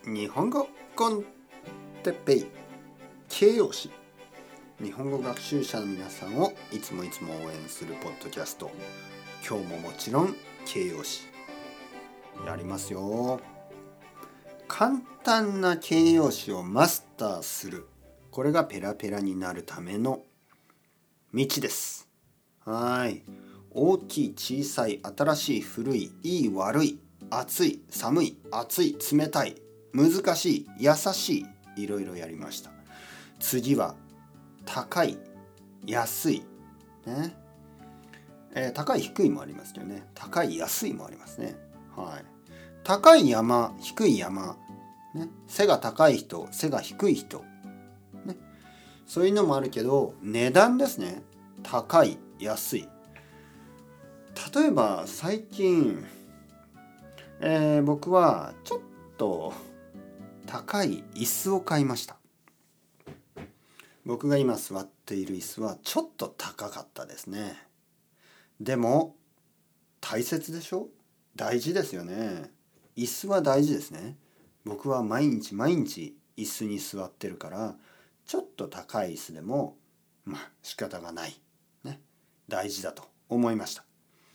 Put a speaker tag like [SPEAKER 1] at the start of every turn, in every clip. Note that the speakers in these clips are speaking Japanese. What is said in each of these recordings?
[SPEAKER 1] 日本語コンテッペイ形容詞。日本語学習者の皆さんをいつも応援するポッドキャスト。今日ももちろん形容詞やりますよ。簡単な形容詞をマスターする、これがペラペラになるための道です。はい。大きい、小さい、新しい、古い、いい、悪い、暑い、寒い、暑い、冷たい、難しい、優しい、いろいろやりました。次は高い、安い、ね。高い、低いもありますよね。高い、安いもありますね。はい。高い山、低い山、ね。背が高い人、背が低い人、ね。そういうのもあるけど、値段ですね。高い、安い。例えば最近、僕はちょっと高い椅子を買いました。僕が今座っている椅子はちょっと高かったですね。でも大切でしょ？大事ですよね。椅子は大事ですね。僕は毎日椅子に座ってるから、ちょっと高い椅子でも仕方がない、ね、大事だと思いました。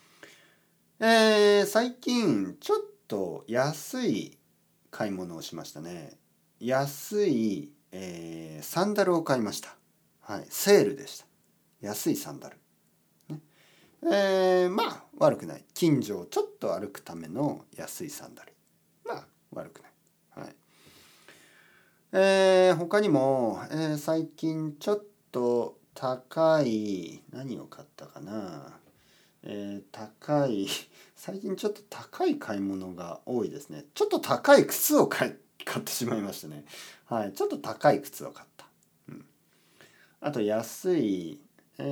[SPEAKER 1] 最近ちょっと安い買い物をしましたね。安い、サンダルを買いました。はい、セールでした。安いサンダル。ね、悪くない。近所をちょっと歩くための安いサンダル。悪くない。はい。他にも、最近ちょっと高い、何を買ったかな。最近ちょっと高い買い物が多いですね。ちょっと高い靴を買ってしまいましたね。はい、ちょっと高い靴を買った。あと安い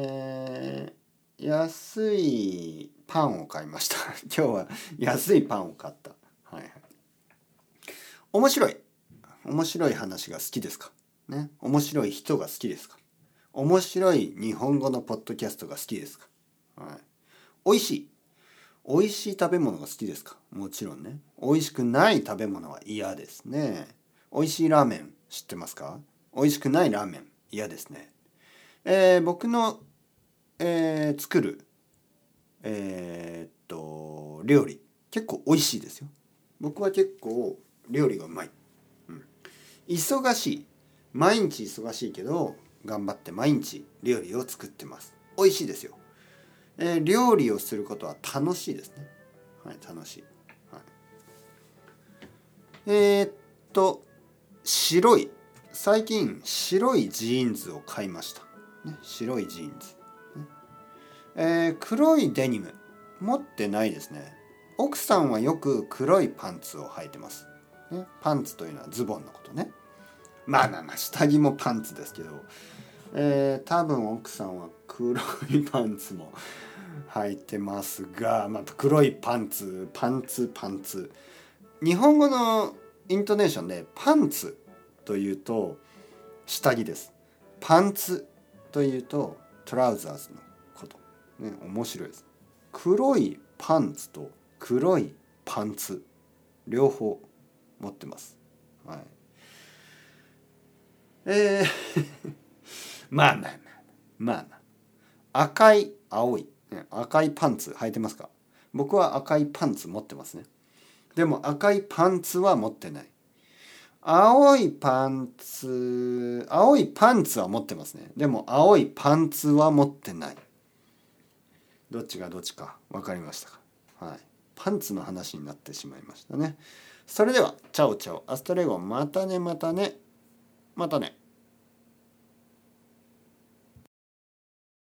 [SPEAKER 1] パンを買いました。今日は安いパンを買った。はい。面白い話が好きですか？ね、面白い人が好きですか？面白い日本語のポッドキャストが好きですか？はい。美味しい食べ物が好きですか？もちろんね。美味しくない食べ物は嫌ですね。美味しいラーメン知ってますか？美味しくないラーメン嫌ですね。僕の、作る、料理結構美味しいですよ。僕は結構料理がうまい。忙しい。毎日忙しいけど頑張って毎日料理を作ってます。美味しいですよ。料理をすることは楽しいですね。はい、楽しい。はい、最近白いジーンズを買いました。ね、白いジーンズ。黒いデニム持ってないですね。奥さんはよく黒いパンツを履いてます。ね、パンツというのはズボンのことね。下着もパンツですけど、多分奥さんは黒いパンツも履いてますが、黒いパンツ。日本語のイントネーションでパンツというと下着です。パンツというとトラウザーズのこと。ね、面白いです。黒いパンツと黒いパンツ両方持ってます。はい。赤い、青い、赤いパンツ履いてますか？僕は赤いパンツ持ってますね。でも赤いパンツは持ってない。青いパンツは持ってますね。でも青いパンツは持ってない。どっちがどっちか分かりましたか？はい。パンツの話になってしまいましたね。それでは、チャオチャオ、アストレゴ、またね。